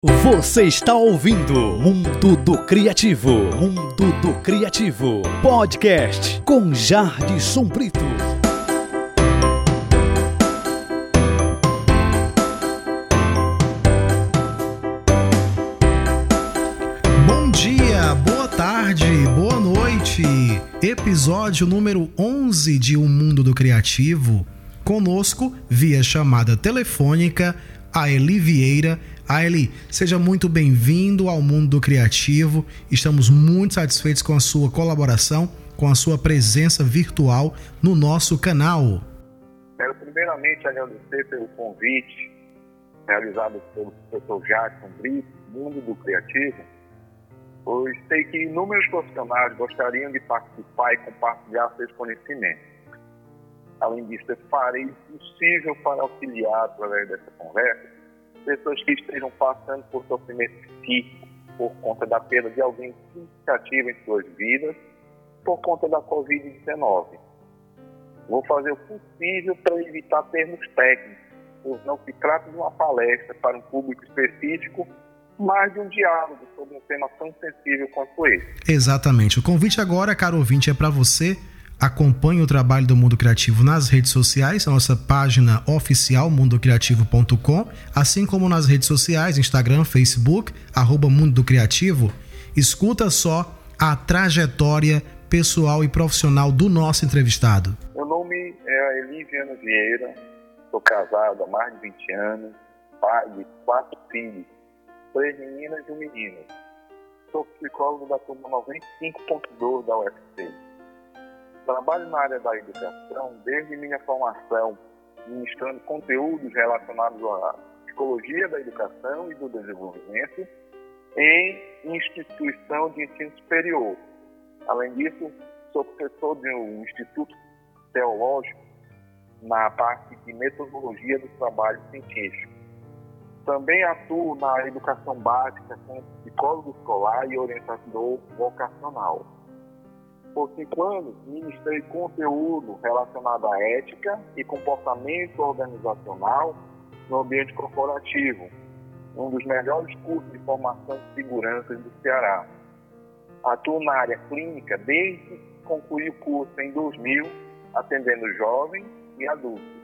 Você está ouvindo Mundo do Criativo, Mundo do Criativo, podcast com Jardson Brito. Bom dia, boa tarde, boa noite. Episódio número 11 de O Mundo do Criativo. Conosco, via chamada telefônica, a Eli Vieira. Eli, seja muito bem-vindo ao Mundo do Criativo. Estamos muito satisfeitos com a sua colaboração, com a sua presença virtual no nosso canal. Quero primeiramente agradecer pelo convite realizado pelo professor Jardson Brito, Mundo do Criativo, pois sei que inúmeros profissionais gostariam de participar e compartilhar seus conhecimentos. Além disso, eu farei o possível para auxiliar, através dessa conversa, pessoas que estejam passando por sofrimento psíquico por conta da perda de alguém significativo em suas vidas, por conta da Covid-19. Vou fazer o possível para evitar termos técnicos, pois não se trata de uma palestra para um público específico, mas de um diálogo sobre um tema tão sensível quanto esse. Exatamente. O convite agora, caro ouvinte, é para você. Acompanhe o trabalho do Mundo Criativo nas redes sociais, a nossa página oficial, mundocriativo.com, assim como nas redes sociais, Instagram, Facebook, @Mundo do Criativo. Escuta só a trajetória pessoal e profissional do nosso entrevistado. Meu nome é Eli Vieira, sou casado há mais de 20 anos, pai de 4 filhos, 3 meninas e um menino. Sou psicólogo da turma 95.2 da UFC. Trabalho na área da educação desde minha formação, ministrando conteúdos relacionados à psicologia da educação e do desenvolvimento em instituição de ensino superior. Além disso, sou professor de um instituto teológico na parte de metodologia do trabalho científico. Também atuo na educação básica como psicólogo escolar e orientador vocacional. Por 5 anos, ministrei conteúdo relacionado à ética e comportamento organizacional no ambiente corporativo, um dos melhores cursos de formação de segurança do Ceará. Atuo na área clínica desde que concluí o curso em 2000, atendendo jovens e adultos.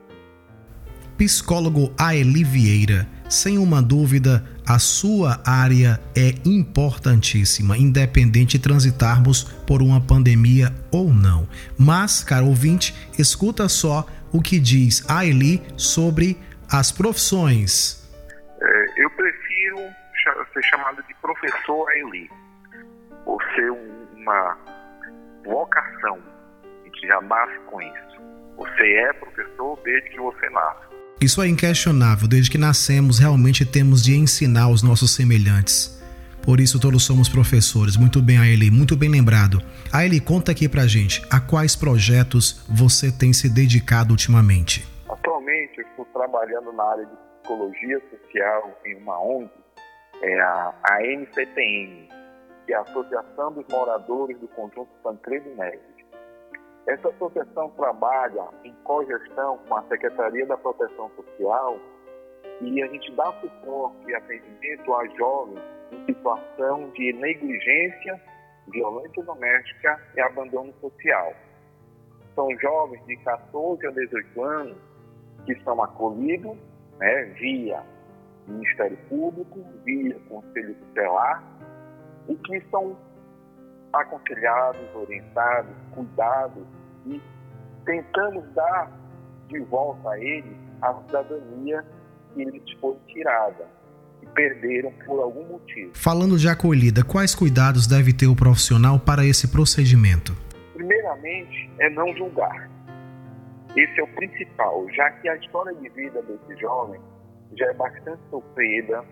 Psicólogo Eli Vieira, sem uma dúvida, a sua área é importantíssima, independente de transitarmos por uma pandemia ou não. Mas, caro ouvinte, escuta só o que diz a Eli sobre as profissões. Eu prefiro ser chamado de professor Eli, por ser uma vocação. A gente já nasce com isso. Você é professor desde que você nasce. Isso é inquestionável. Desde que nascemos, realmente temos de ensinar os nossos semelhantes. Por isso, todos somos professores. Muito bem, Eli, muito bem lembrado. Eli, conta aqui pra gente, a quais projetos você tem se dedicado ultimamente? Atualmente, eu estou trabalhando na área de psicologia social em uma ONG, a NCTN, que é a Associação dos Moradores do Conjunto Tancredo Neves. Essa associação trabalha em cogestão com a Secretaria da Proteção Social e a gente dá suporte e atendimento a jovens em situação de negligência, violência doméstica e abandono social. São jovens de 14 a 18 anos que são acolhidos, via Ministério Público, via Conselho Tutelar, e que são aconselhados, orientados, cuidados, e tentamos dar de volta a eles a cidadania que lhes foi tirada e perderam por algum motivo. Falando de acolhida, quais cuidados deve ter o profissional para esse procedimento? Primeiramente, é não julgar. Esse é o principal, já que a história de vida desse jovem já é bastante sofrida,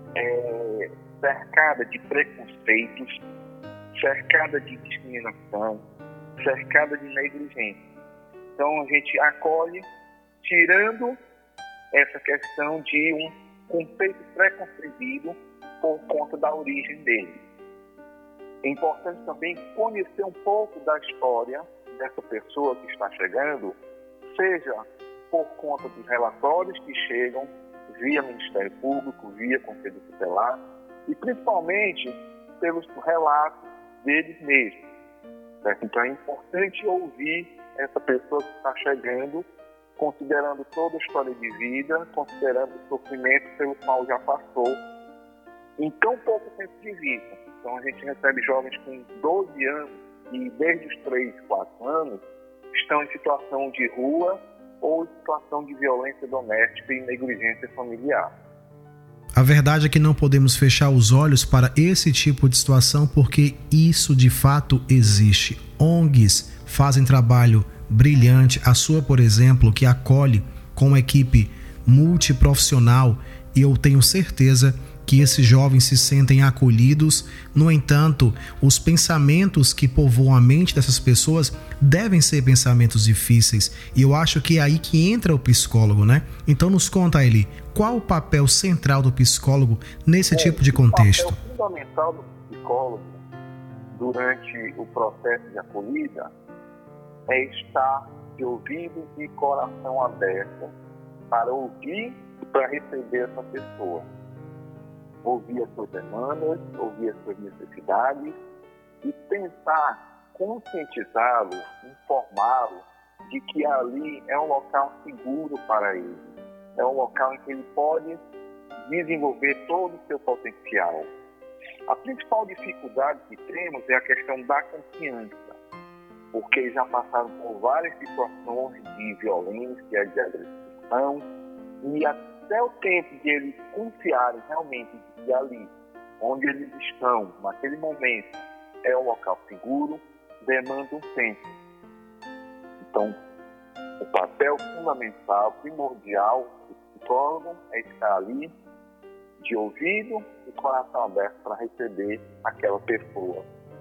cercada de preconceitos, cercada de discriminação, cercada de negligência. Então a gente acolhe, tirando essa questão de um conceito preconcebido por conta da origem dele. É importante também conhecer um pouco da história dessa pessoa que está chegando, seja por conta dos relatórios que chegam, via Ministério Público, via Conselho Tutelar e principalmente pelos relatos deles mesmos. Certo? Então é importante ouvir essa pessoa que está chegando, considerando toda a história de vida, considerando o sofrimento pelo qual já passou em tão pouco tempo de vida. Então a gente recebe jovens com 12 anos e desde os 3, 4 anos estão em situação de rua ou em situação de violência doméstica e negligência familiar. A verdade é que não podemos fechar os olhos para esse tipo de situação porque isso de fato existe. ONGs fazem trabalho brilhante. A sua, por exemplo, que acolhe com uma equipe multiprofissional, e eu tenho certeza que esses jovens se sentem acolhidos. No entanto, os pensamentos que povoam a mente dessas pessoas devem ser pensamentos difíceis, e eu acho que é aí que entra o psicólogo, né? Então nos conta, Eli, qual o papel central do psicólogo nesse tipo de contexto? O papel fundamental do psicólogo durante o processo de acolhida é estar de ouvido e coração aberto para ouvir e para receber essa pessoa. Ouvir as suas demandas, ouvir as suas necessidades e tentar conscientizá-lo, informá-lo de que ali é um local seguro para ele. É um local em que ele pode desenvolver todo o seu potencial. A principal dificuldade que temos é a questão da confiança, porque já passaram por várias situações de violência, de agressão, e até o tempo de eles confiarem realmente que ali, onde eles estão, naquele momento, é um local seguro, demanda um tempo. Então, o papel fundamental, primordial do psicólogo é estar ali, de ouvido e coração aberto para receber aquela pessoa.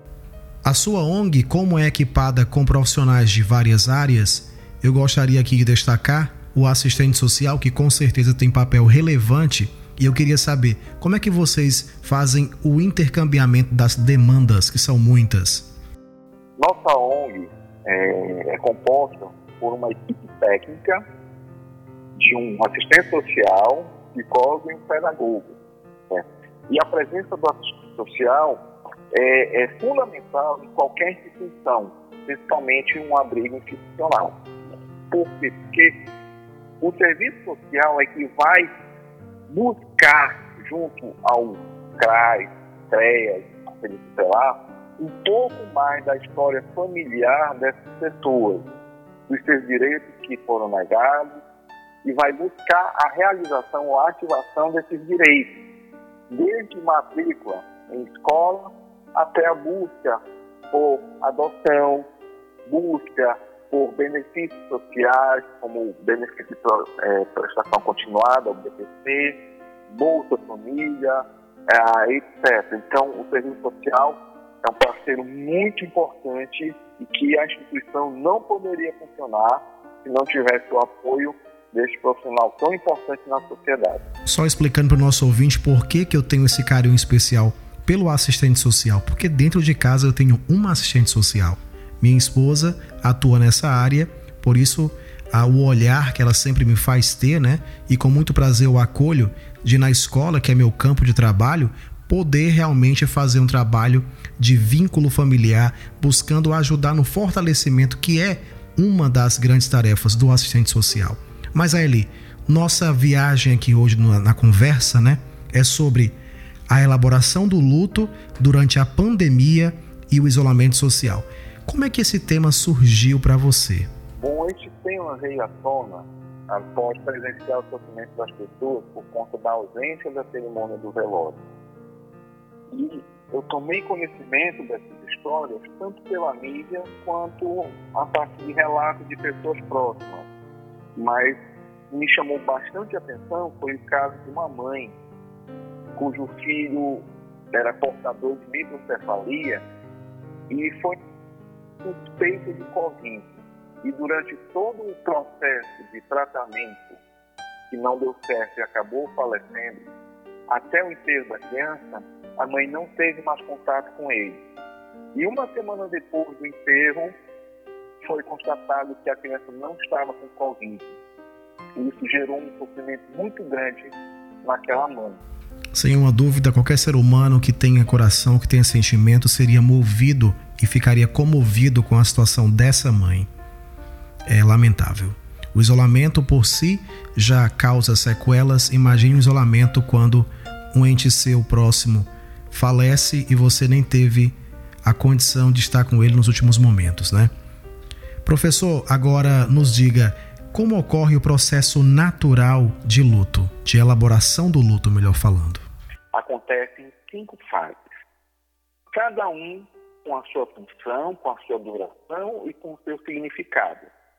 A sua ONG, como é equipada com profissionais de várias áreas, eu gostaria aqui de destacar o assistente social, que com certeza tem papel relevante, e eu queria saber como é que vocês fazem o intercambiamento das demandas, que são muitas. Nossa ONG é composta por uma equipe técnica de um assistente social, psicólogo e um pedagogo. E a presença do assistente social é fundamental em qualquer instituição, principalmente em um abrigo institucional. Por quê? Porque o serviço social é que vai buscar, junto ao CRAS, CREAS, Conselho Tutelar, um pouco mais da história familiar dessas pessoas, dos seus direitos que foram negados, e vai buscar a realização ou a ativação desses direitos, desde matrícula em escola até a busca por adoção, busca por benefícios sociais, como benefício de prestação continuada, o BPC, Bolsa Família, etc. Então, o serviço social é um parceiro muito importante e que a instituição não poderia funcionar se não tivesse o apoio deste profissional tão importante na sociedade. Só explicando para o nosso ouvinte por que eu tenho esse carinho especial pelo assistente social, porque dentro de casa eu tenho uma assistente social. Minha esposa atua nessa área, por isso o olhar que ela sempre me faz ter, né? E com muito prazer eu acolho de na escola, que é meu campo de trabalho, poder realmente fazer um trabalho de vínculo familiar, buscando ajudar no fortalecimento, que é uma das grandes tarefas do assistente social. Mas, Eli, nossa viagem aqui hoje na conversa, né, é sobre a elaboração do luto durante a pandemia e o isolamento social. Como é que esse tema surgiu para você? Bom, este tema veio à tona após presenciar o sofrimento das pessoas por conta da ausência da cerimônia do velório. E eu tomei conhecimento dessas histórias tanto pela mídia quanto a partir de relatos de pessoas próximas. Mas me chamou bastante atenção foi o caso de uma mãe cujo filho era portador de microcefalia e foi suspeito de Covid. E durante todo o processo de tratamento, que não deu certo e acabou falecendo, até o enterro da criança, a mãe não teve mais contato com ele. E uma semana depois do enterro, foi constatado que a criança não estava com Covid. Isso gerou um sofrimento muito grande naquela mãe. Sem uma dúvida, qualquer ser humano que tenha coração, que tenha sentimento, seria movido e ficaria comovido com a situação dessa mãe. É lamentável. O isolamento por si já causa sequelas. Imagine o isolamento quando um ente seu próximo falece e você nem teve a condição de estar com ele nos últimos momentos, né? Professor, agora nos diga como ocorre o processo natural de luto, de elaboração do luto, melhor falando. Acontece em 5 fases. Cada um com a sua função, com a sua duração e com o seu significado.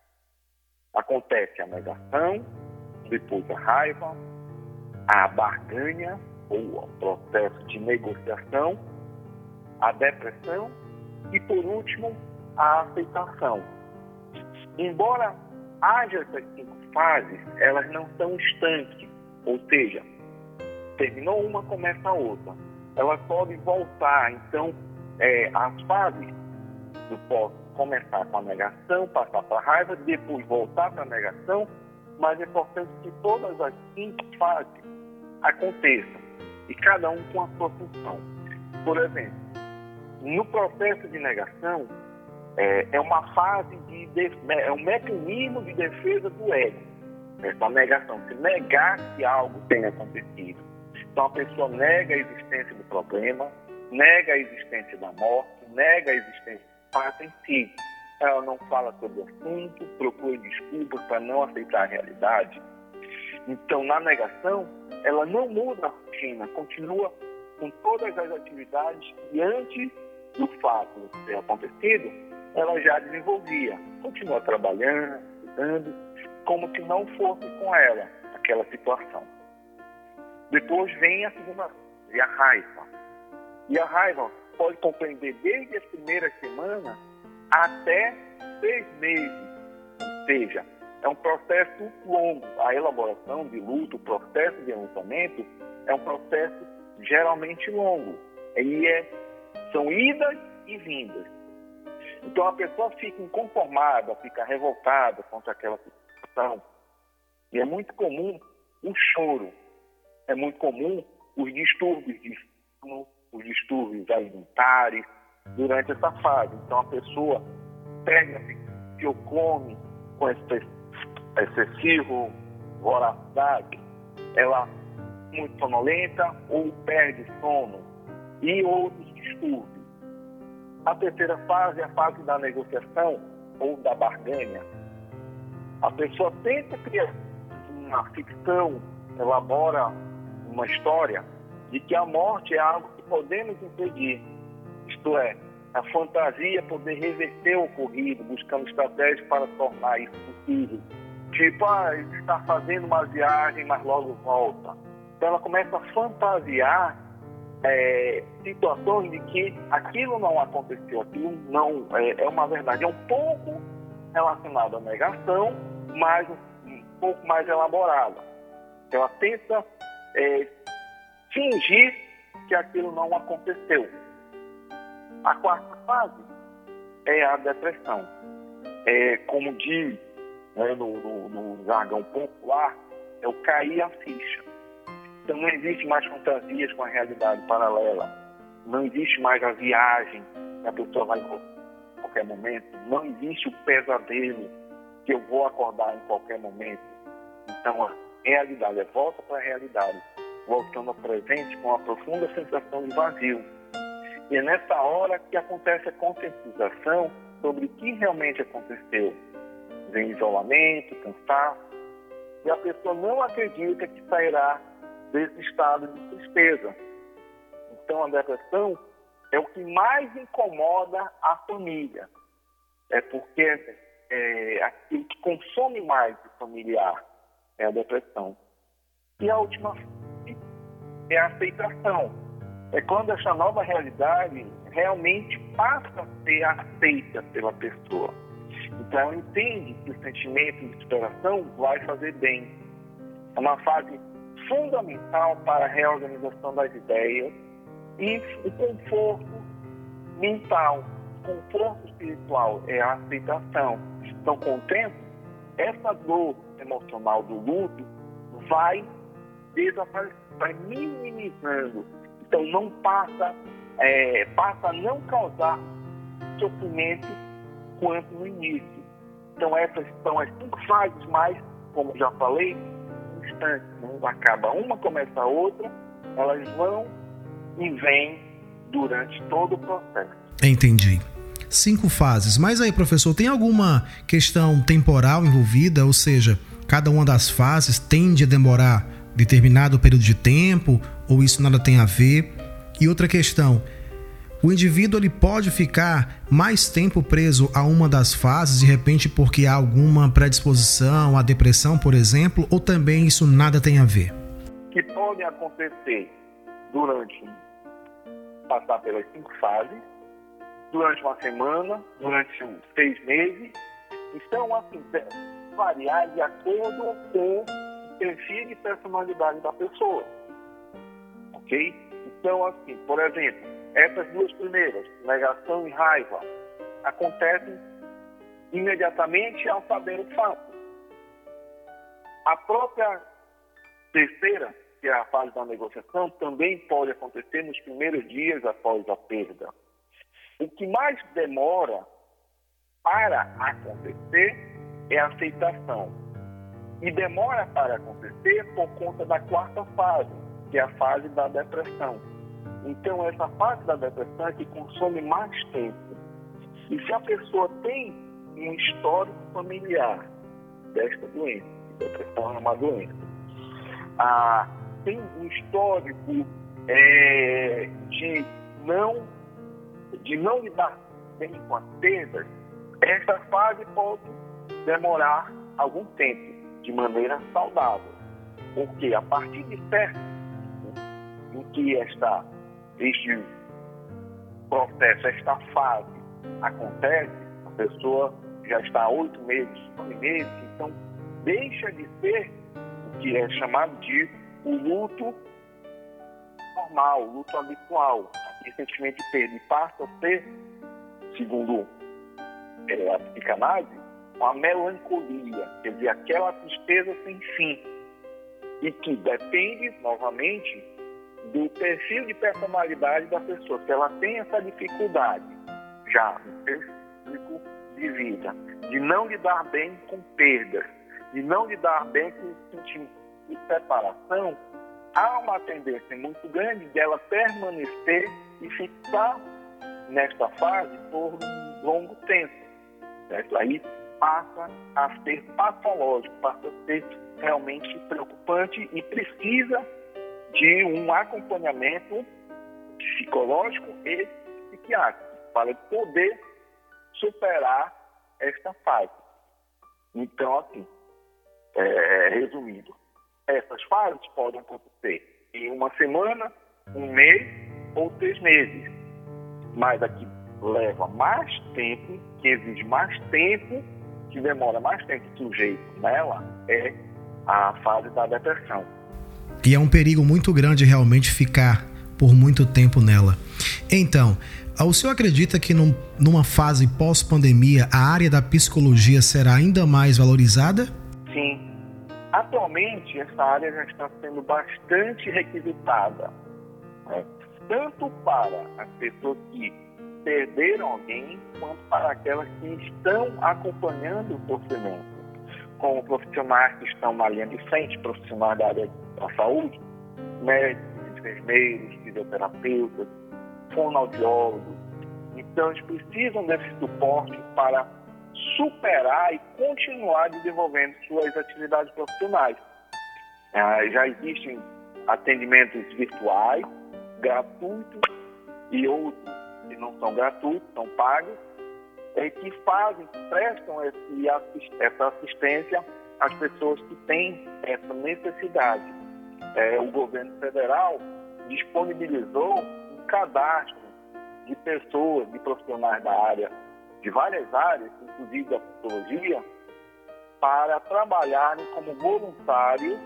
Acontece a negação, depois a raiva, a barganha, ou o processo de negociação, a depressão e, por último, a aceitação. Embora haja essas 5 fases, elas não são estanques, ou seja, terminou uma, começa a outra. Elas podem voltar, então, as fases do posso começar com a negação, passar para a raiva, depois voltar para a negação, mas é importante que todas as 5 fases aconteçam, e cada um com a sua função. Por exemplo, no processo de negação, é uma fase é um mecanismo de defesa do ego. Essa negação, se negar que algo tenha acontecido. Então a pessoa nega a existência do problema, nega a existência da morte, nega a existência do fato em si. Ela não fala sobre o assunto, procura desculpas para não aceitar a realidade. Então, na negação, ela não muda a rotina, continua com todas as atividades que antes do fato ter acontecido, ela já desenvolvia. Continua trabalhando, estudando, como se não fosse com ela aquela situação. Depois vem a segunda fase, a raiva. E a raiva pode compreender desde as primeiras semanas até 6 meses. Ou seja, é um processo longo. A elaboração de luto, o processo de enlutamento, é um processo geralmente longo. São idas e vindas. Então a pessoa fica inconformada, fica revoltada contra aquela situação. E é muito comum o choro. É muito comum os distúrbios de sono, os distúrbios alimentares durante essa fase. Então a pessoa pega, se come com excessivo voracidade, ela é muito sonolenta ou perde sono e outros distúrbios. A terceira fase é a fase da negociação ou da barganha. A pessoa tenta criar uma ficção, elabora uma história de que a morte é algo que podemos impedir. Isto é, a fantasia poder reverter o ocorrido, buscando estratégias para tornar isso possível. Tipo, ele está fazendo uma viagem, mas logo volta. Então ela começa a fantasiar situações de que aquilo não aconteceu, aquilo não é uma verdade. É um pouco relacionado à negação, mas um pouco mais elaborada. Ela tenta fingir que aquilo não aconteceu. A quarta fase é a depressão. Como diz no jargão popular, é o cair a ficha. Então não existe mais fantasias com a realidade paralela. Não existe mais a viagem que a pessoa vai em qualquer momento. Não existe o pesadelo que eu vou acordar em qualquer momento. Então a realidade volta para a realidade, voltando ao presente com uma profunda sensação de vazio. E é nessa hora que acontece a conscientização sobre o que realmente aconteceu. Vem isolamento, cansaço, e a pessoa não acredita que sairá desse estado de tristeza. Então a depressão é o que mais incomoda a família. É porque aquilo que consome mais o familiar é a depressão. E a última é a aceitação. É quando essa nova realidade realmente passa a ser aceita pela pessoa. Então ela entende que o sentimento de superação vai fazer bem. É uma fase fundamental para a reorganização das ideias e o conforto mental, o conforto espiritual é a aceitação. Então, com o tempo, essa dor emocional do luto vai desaparecendo, vai minimizando. Então não passa a não causar sofrimento quanto no início. Então essas são as 5 fases, mas, como já falei, instantes, não acaba uma, começa a outra, elas vão e vêm durante todo o processo. Entendi. 5 fases. Mas aí, professor, tem alguma questão temporal envolvida? Ou seja, cada uma das fases tende a demorar determinado período de tempo? Ou isso nada tem a ver? E outra questão, o indivíduo ele pode ficar mais tempo preso a uma das fases, de repente porque há alguma predisposição à depressão, por exemplo, ou também isso nada tem a ver? Que podem acontecer durante passar pelas 5 fases, durante uma semana, durante 6 meses. Então, assim, variar de acordo com o perfil de personalidade da pessoa. Ok? Então, assim, por exemplo, essas 2 primeiras, negação e raiva, acontecem imediatamente ao saber o fato. A própria terceira, que é a fase da negociação, também pode acontecer nos primeiros dias após a perda. O que mais demora para acontecer é a aceitação. E demora para acontecer por conta da 4ª fase, que é a fase da depressão. Então, essa fase da depressão é que consome mais tempo. E se a pessoa tem um histórico familiar desta doença, depressão é uma doença, tem um histórico de não lidar bem com as perdas, essa fase pode demorar algum tempo, de maneira saudável. Porque a partir de certo em que este processo, esta fase acontece, a pessoa já está há 8 meses, 9 meses, então deixa de ser o que é chamado de o luto normal, o luto habitual. E sentimento de perda passa a ser, segundo a psicanálise, uma melancolia, quer dizer, aquela tristeza sem fim, e que depende, novamente, do perfil de personalidade da pessoa. Se ela tem essa dificuldade, já no seu ciclo de vida, de não lidar bem com perdas, de não lidar bem com o sentimento de separação, há uma tendência muito grande dela permanecer e ficar nesta fase por um longo tempo. Certo? Aí passa a ser patológico, passa a ser realmente preocupante e precisa de um acompanhamento psicológico e psiquiátrico para poder superar esta fase. Então, assim, resumindo, essas fases podem acontecer em uma semana, 1 mês ou 3 meses. Mas aqui leva mais tempo, que exige mais tempo, que demora mais tempo o sujeito nela, é a fase da depressão. E é um perigo muito grande realmente ficar por muito tempo nela. Então, o senhor acredita que numa fase pós-pandemia a área da psicologia será ainda mais valorizada? Sim. Atualmente, essa área já está sendo bastante requisitada, né? Tanto para as pessoas que perderam alguém, quanto para aquelas que estão acompanhando o sofrimento, como profissionais que estão na linha de frente, profissionais da área da saúde, médicos, enfermeiros, fisioterapeutas, fonoaudiólogos. Então, eles precisam desse suporte para superar e continuar desenvolvendo suas atividades profissionais. Já existem atendimentos virtuais, gratuitos, e outros que não são gratuitos, são pagos, que prestam essa assistência às pessoas que têm essa necessidade. O governo federal disponibilizou um cadastro de pessoas, de profissionais da área, de várias áreas, inclusive da psicologia, para trabalharem como voluntários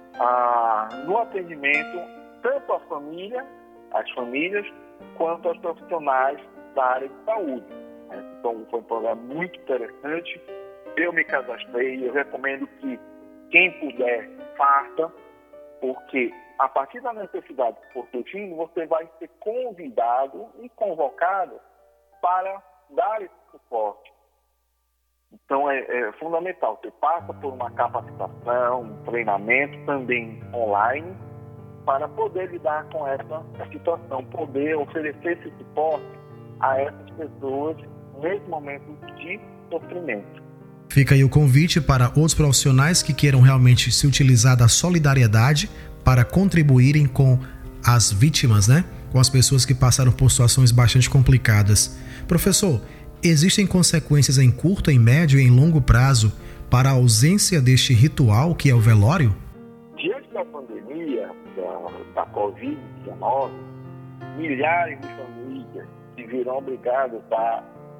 no atendimento tanto às famílias, quanto aos profissionais da área de saúde. Então, foi um programa muito interessante Eu me cadastrei, eu recomendo que quem puder faça, porque a partir da necessidade que for surgindo, você vai ser convidado e convocado para dar esse suporte. Então é fundamental, você passa por uma capacitação, um treinamento também online, para poder lidar com essa situação, poder oferecer esse suporte a essas pessoas nesse momento de sofrimento. Fica aí o convite para outros profissionais que queiram realmente se utilizar da solidariedade para contribuírem com as vítimas, né? Com as pessoas que passaram por situações bastante complicadas. Professor, existem consequências em curto, em médio e em longo prazo para a ausência deste ritual que é o velório? Diante da pandemia da Covid-19, milhares de famílias se viram obrigadas a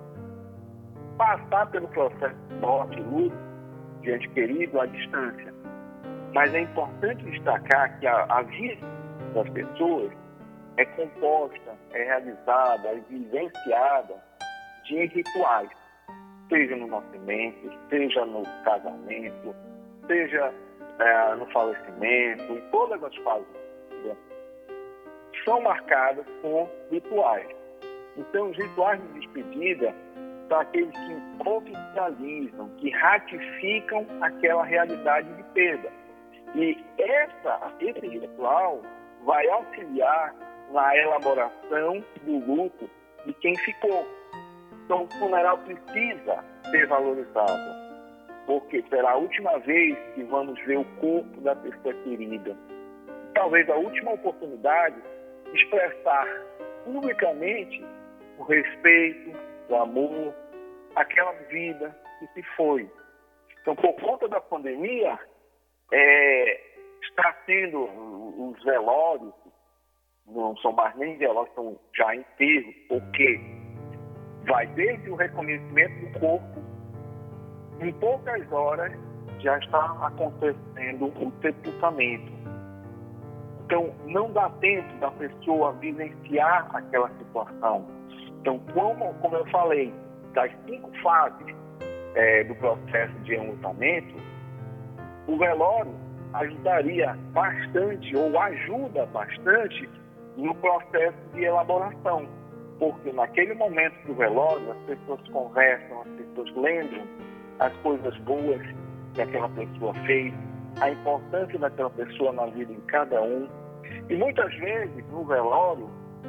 passar pelo processo de morte e luto de ente querido à distância. Mas é importante destacar que a vida das pessoas é composta, é realizada, é vivenciada de rituais, seja no nascimento, seja no casamento, seja no falecimento, em todas as fases da vida, são marcadas com rituais. Então, os rituais de despedida são aqueles que oficializam, que ratificam aquela realidade de perda. E esse ritual vai auxiliar na elaboração do luto de quem ficou. Então, o funeral precisa ser valorizado, porque será a última vez que vamos ver o corpo da pessoa querida. Talvez a última oportunidade de expressar publicamente o respeito, o amor, aquela vida que se foi. Então, por conta da pandemia, está tendo os velórios, não são mais nem velórios, são já enterros, porque vai desde o reconhecimento do corpo, em poucas horas já está acontecendo o sepultamento. Então, não dá tempo da pessoa vivenciar aquela situação. Então, como eu falei, das 5 fases do processo de enlutamento, o velório ajudaria bastante, ou ajuda bastante, no processo de elaboração. Porque naquele momento do velório, as pessoas conversam, as pessoas lembram as coisas boas que aquela pessoa fez, a importância daquela pessoa na vida de cada um. E muitas vezes, no velório,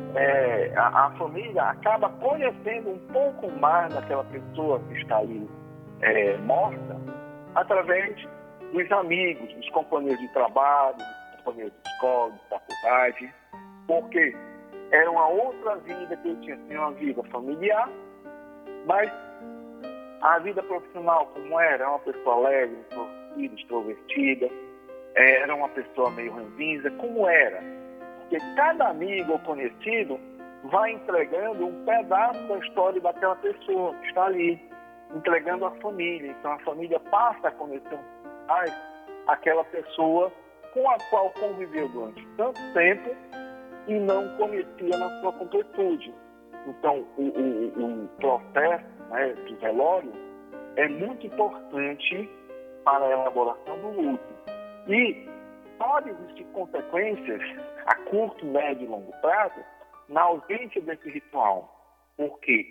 a família acaba conhecendo um pouco mais daquela pessoa que está ali morta, através dos amigos, dos companheiros de trabalho, dos companheiros de escola, de faculdade, porque era uma outra vida que eu tinha, uma vida familiar, mas a vida profissional como era uma pessoa alegre, extrovertida, era uma pessoa meio ranzinza, como era? Porque cada amigo ou conhecido vai entregando um pedaço da história daquela pessoa que está ali, entregando à família. Então a família passa a conhecer mais aquela pessoa com a qual conviveu durante tanto tempo e não conhecia na sua completude. Então o processo de velório é muito importante para a elaboração do luto. E pode existir consequências a curto, médio e longo prazo na ausência desse ritual. Porque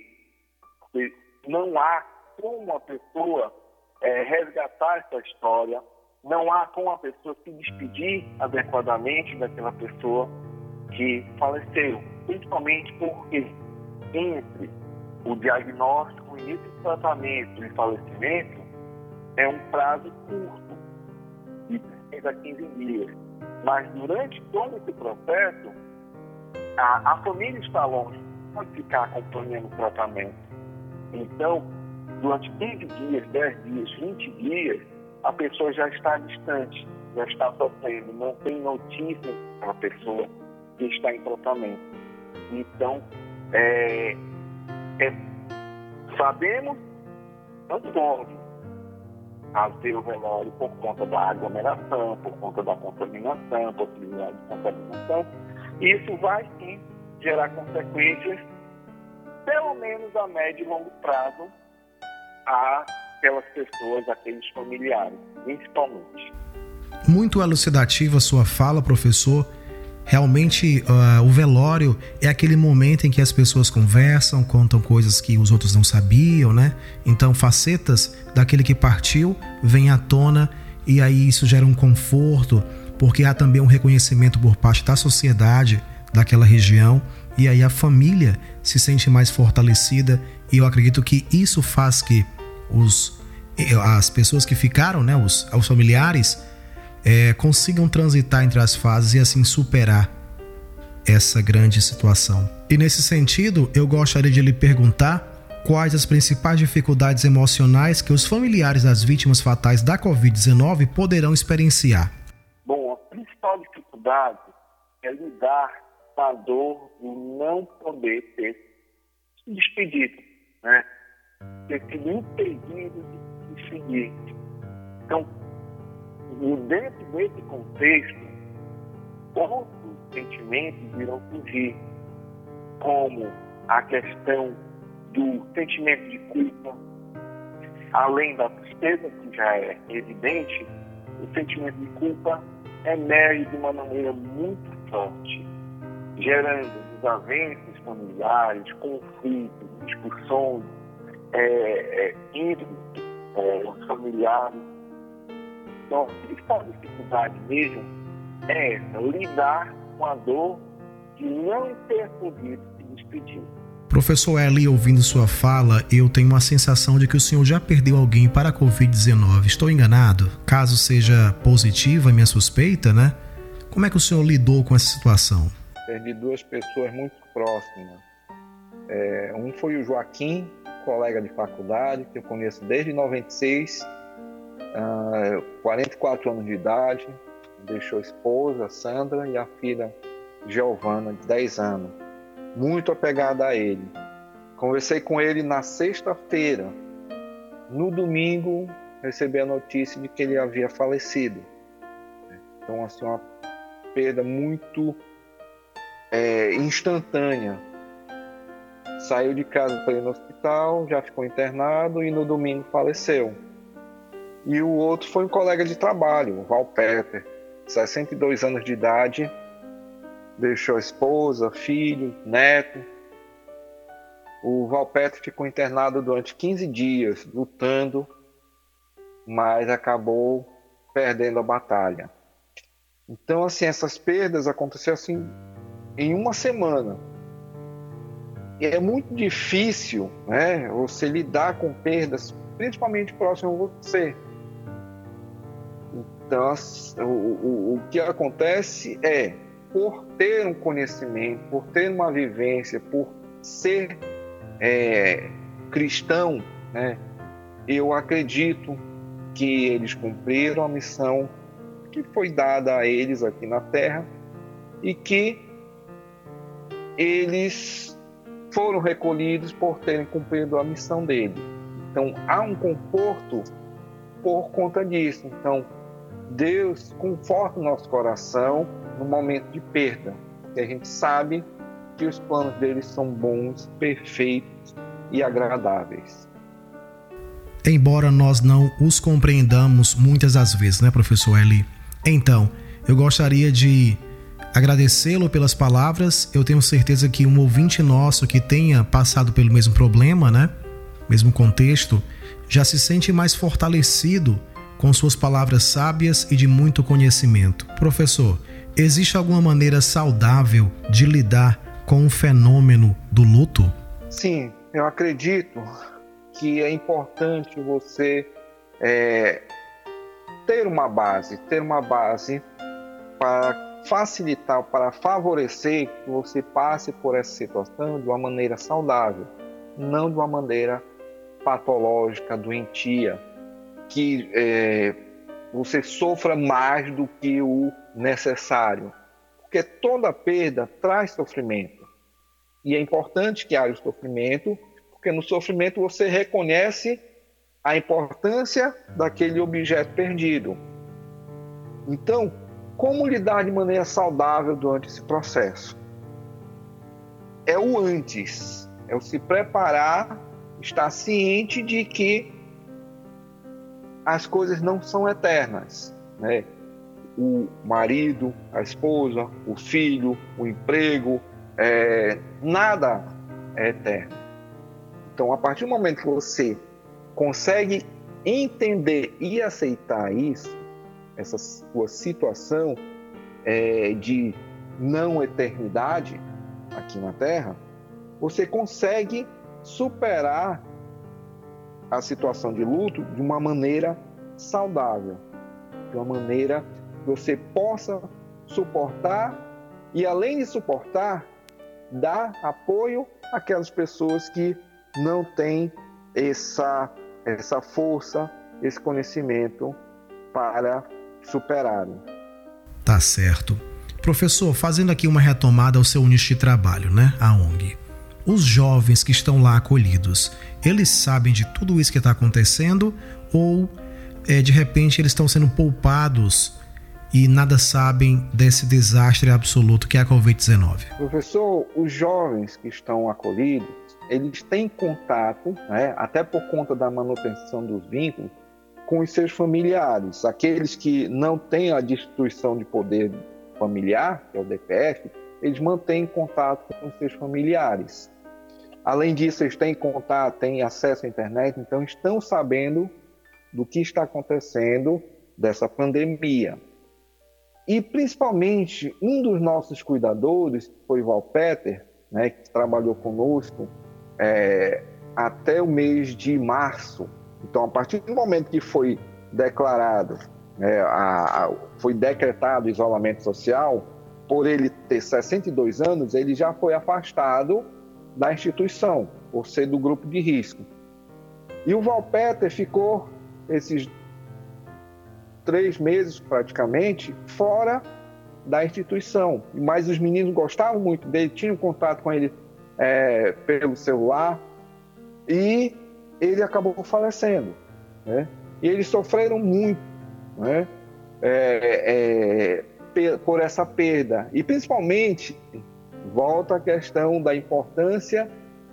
não há como a pessoa resgatar essa história, não há como a pessoa se despedir adequadamente daquela pessoa que faleceu. Principalmente porque entre o diagnóstico, o início do tratamento e o falecimento é um prazo curto, de 10 a 15 dias. Mas durante todo esse processo, a família está longe, pode ficar acompanhando o tratamento. Então, durante 15 dias, 10 dias, 20 dias, a pessoa já está distante, já está sofrendo, não tem notícia da pessoa que está em tratamento. Então, sabemos, não pode fazer o velório por conta da aglomeração, por conta da contaminação, possibilidade de contaminação. Isso vai sim gerar consequências, pelo menos a médio e longo prazo, a aquelas pessoas, aqueles familiares, principalmente. Muito elucidativa a sua fala, professor. Realmente, o velório é aquele momento em que as pessoas conversam, contam coisas que os outros não sabiam, né? Então, facetas daquele que partiu vêm à tona e aí isso gera um conforto, porque há também um reconhecimento por parte da sociedade daquela região e aí a família se sente mais fortalecida e eu acredito que isso faz que as pessoas que ficaram, né, os familiares, consigam transitar entre as fases e assim superar essa grande situação. E nesse sentido, eu gostaria de lhe perguntar quais as principais dificuldades emocionais que os familiares das vítimas fatais da Covid-19 poderão experienciar. Bom, a principal dificuldade é lidar com a dor de não poder ter se despedido, né? Ter sido impedido de se seguir. Então, dentro desse contexto, outros sentimentos irão surgir, como a questão do sentimento de culpa, além da tristeza, que já é evidente, o sentimento de culpa emerge de uma maneira muito forte, gerando desavenças familiares, conflitos, discussões entre os familiares. Então, a principal dificuldade mesmo é essa, lidar com a dor de não ter podido se despedir. Professor Eli, ouvindo sua fala, eu tenho uma sensação de que o senhor já perdeu alguém para a Covid-19. Estou enganado? Caso seja positiva a minha suspeita, né? Como é que o senhor lidou com essa situação? Perdi duas pessoas muito próximas. Um foi o Joaquim, colega de faculdade, que eu conheço desde 96, 44 anos de idade, deixou a esposa, Sandra, e a filha, Giovana, de 10 anos. Muito apegada a ele. Conversei com ele na sexta-feira. No domingo, recebi a notícia de que ele havia falecido. Então, assim, uma perda muito instantânea. Saiu de casa para ir no hospital, já ficou internado e no domingo faleceu. E o outro foi um colega de trabalho, o Valpeter, 62 anos de idade, deixou esposa, filho, neto. O Valpeter ficou internado durante 15 dias, lutando, mas acabou perdendo a batalha. Então, assim, essas perdas aconteceram assim em uma semana. E é muito difícil, né, você lidar com perdas, principalmente próximo a você. Então, o que acontece é, por ter um conhecimento, por ter uma vivência, por ser cristão, né, eu acredito que eles cumpriram a missão que foi dada a eles aqui na Terra e que eles foram recolhidos por terem cumprido a missão deles. Então, há um conforto por conta disso. Então, Deus conforta o nosso coração no momento de perda, porque a gente sabe que os planos dele são bons, perfeitos e agradáveis. Embora nós não os compreendamos muitas das vezes, né, professor Eli? Então, eu gostaria de agradecê-lo pelas palavras. Eu tenho certeza que um ouvinte nosso que tenha passado pelo mesmo problema, né, mesmo contexto, já se sente mais fortalecido com suas palavras sábias e de muito conhecimento. Professor, existe alguma maneira saudável de lidar com o fenômeno do luto? Sim, eu acredito que é importante você ter uma base para facilitar, para favorecer que você passe por essa situação de uma maneira saudável, não de uma maneira patológica, doentia, que você sofra mais do que o necessário. Porque toda perda traz sofrimento. E é importante que haja o sofrimento, porque no sofrimento você reconhece a importância daquele objeto perdido. Então, como lidar de maneira saudável durante esse processo? É o antes, é o se preparar, estar ciente de que as coisas não são eternas, né? O marido, a esposa, o filho, o emprego, nada é eterno. Então, a partir do momento que você consegue entender e aceitar isso, essa sua situação de não eternidade aqui na Terra, você consegue superar a situação de luto de uma maneira saudável, de uma maneira que você possa suportar e, além de suportar, dar apoio àquelas pessoas que não têm essa força, esse conhecimento para superarem. Tá certo. Professor, fazendo aqui uma retomada ao seu nicho de trabalho, né? A ONG. Os jovens que estão lá acolhidos, eles sabem de tudo isso que está acontecendo ou, de repente, eles estão sendo poupados e nada sabem desse desastre absoluto que é a Covid-19? Professor, os jovens que estão acolhidos, eles têm contato, né, até por conta da manutenção dos vínculos, com os seus familiares. Aqueles que não têm a distribuição de poder familiar, que é o DPF, eles mantêm contato com os seus familiares. Além disso, eles têm contato, têm acesso à internet, então estão sabendo do que está acontecendo dessa pandemia. E, principalmente, um dos nossos cuidadores, que foi o Valpeter, né, que trabalhou conosco até o mês de março. Então, a partir do momento que foi declarado, foi decretado o isolamento social, por ele ter 62 anos, ele já foi afastado da instituição, por ser do grupo de risco. E o Valpeter ficou esses 3 meses, praticamente, fora da instituição. Mas os meninos gostavam muito dele, tinham contato com ele pelo celular, e ele acabou falecendo, né? E eles sofreram muito, né? Por essa perda. E, principalmente, volta a questão da importância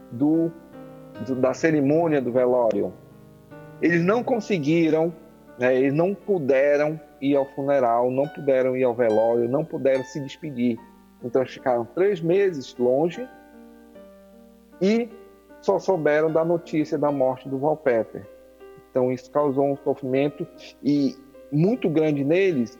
da cerimônia do velório. Eles não conseguiram, eles não puderam ir ao funeral, não puderam ir ao velório, não puderam se despedir. Então, eles ficaram 3 meses longe e só souberam da notícia da morte do Valpeter. Então, isso causou um sofrimento muito grande neles.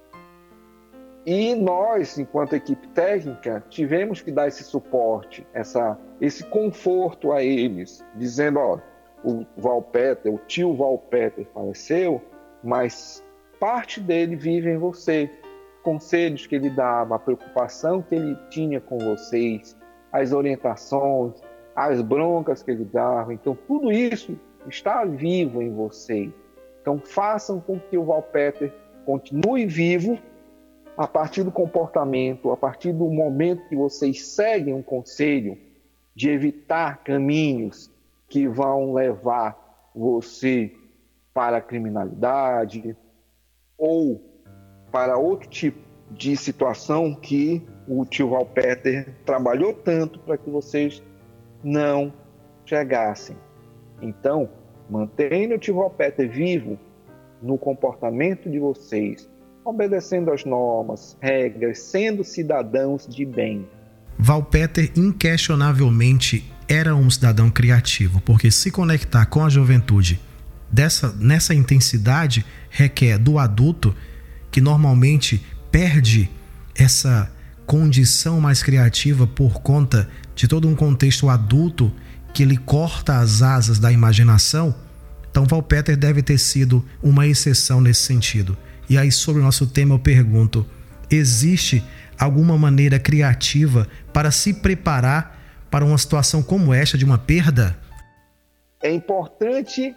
E nós, enquanto equipe técnica, tivemos que dar esse suporte, esse conforto a eles, dizendo, o Valpeter, o tio Valpeter faleceu, mas parte dele vive em você. Conselhos que ele dava, a preocupação que ele tinha com vocês, as orientações, as broncas que ele dava. Então, tudo isso está vivo em vocês. Então, façam com que o Valpeter continue vivo a partir do comportamento, a partir do momento que vocês seguem um conselho de evitar caminhos que vão levar você para a criminalidade ou para outro tipo de situação que o tio Valpeter trabalhou tanto para que vocês não chegassem. Então, mantenha o tio Valpeter vivo no comportamento de vocês, obedecendo às normas, regras, sendo cidadãos de bem. Valpeter, inquestionavelmente, era um cidadão criativo, porque se conectar com a juventude nessa intensidade requer do adulto, que normalmente perde essa condição mais criativa por conta de todo um contexto adulto que ele corta as asas da imaginação. Então, Valpeter deve ter sido uma exceção nesse sentido. E aí, sobre o nosso tema, eu pergunto: existe alguma maneira criativa para se preparar para uma situação como esta de uma perda? É importante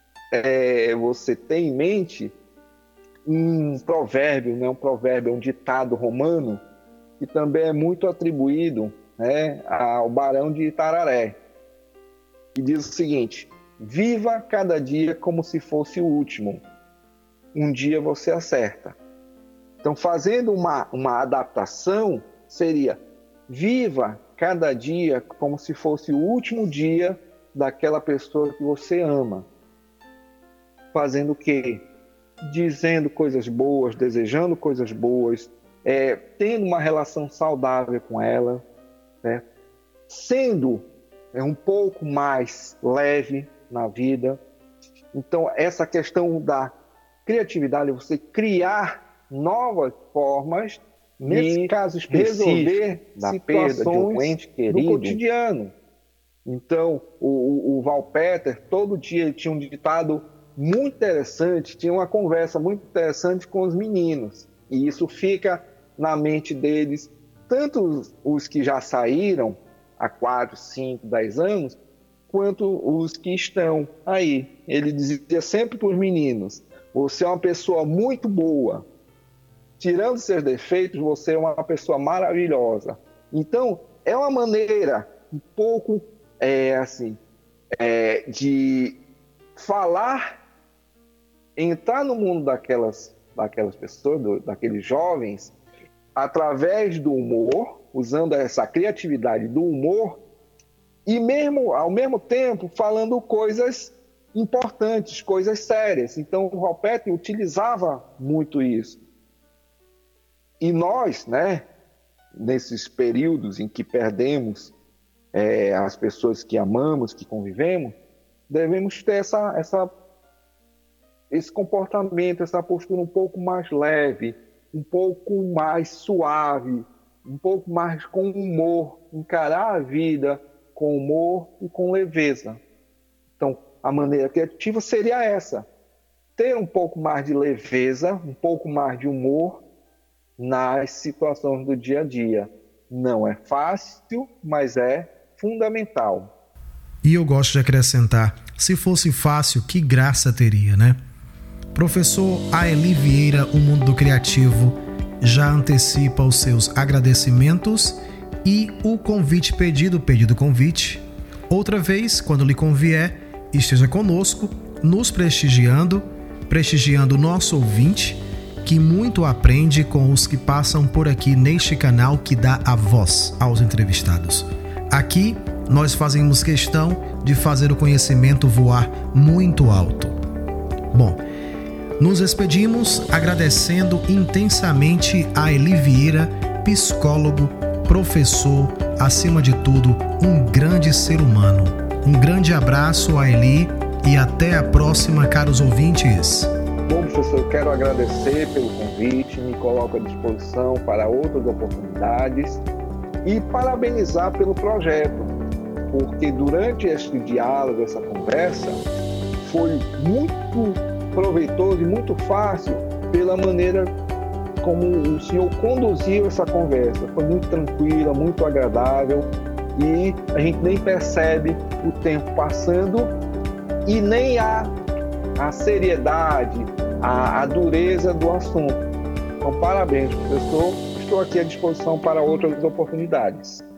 você ter em mente um provérbio, né? Um ditado romano, que também é muito atribuído, né, ao Barão de Itararé, que diz o seguinte: viva cada dia como se fosse o último. Um dia você acerta. Então, fazendo uma adaptação, seria: viva cada dia como se fosse o último dia daquela pessoa que você ama. fazendo o quê? Dizendo coisas boas, desejando coisas boas, tendo uma relação saudável com ela, né? Sendo um pouco mais leve na vida. Então, essa questão da criatividade, você criar novas formas, nesse caso específico, resolver da perda de um ente querido do cotidiano. Então, o Valpeter, todo dia ele tinha um ditado muito interessante, tinha uma conversa muito interessante com os meninos. E isso fica na mente deles, tanto os que já saíram há 4, 5, 10 anos, quanto os que estão aí. Ele dizia sempre para os meninos: você é uma pessoa muito boa. Tirando seus defeitos, você é uma pessoa maravilhosa. Então, é uma maneira um pouco de falar, entrar no mundo daquelas pessoas, daqueles jovens, através do humor, usando essa criatividade do humor, e mesmo, ao mesmo tempo, falando coisas importantes, coisas sérias. Então, o Valpeter utilizava muito isso. E nós, né, nesses períodos em que perdemos as pessoas que amamos, que convivemos, devemos ter esse comportamento, essa postura um pouco mais leve, um pouco mais suave, um pouco mais com humor, encarar a vida com humor e com leveza. Então, a maneira criativa seria essa: ter um pouco mais de leveza, um pouco mais de humor nas situações do dia a dia. Não é fácil, mas é fundamental. E eu gosto de acrescentar: se fosse fácil, que graça teria, né? Professor Aeli Vieira, o Mundo do Criativo já antecipa os seus agradecimentos e o convite pedido convite. Outra vez, quando lhe convier, esteja conosco, nos prestigiando o nosso ouvinte, que muito aprende com os que passam por aqui neste canal que dá a voz aos entrevistados. Aqui, nós fazemos questão de fazer o conhecimento voar muito alto. Bom, nos despedimos agradecendo intensamente a Aeli Vieira, psicólogo, professor, acima de tudo, um grande ser humano. Um grande abraço a Aeli e até a próxima, caros ouvintes. Bom, professor, eu quero agradecer pelo convite, me coloco à disposição para outras oportunidades e parabenizar pelo projeto, porque durante este diálogo, essa conversa, foi muito proveitoso e muito fácil pela maneira como o senhor conduziu essa conversa. Foi muito tranquila, muito agradável e a gente nem percebe o tempo passando e nem a seriedade, a dureza do assunto. Então, parabéns, professor. Estou aqui à disposição para outras oportunidades.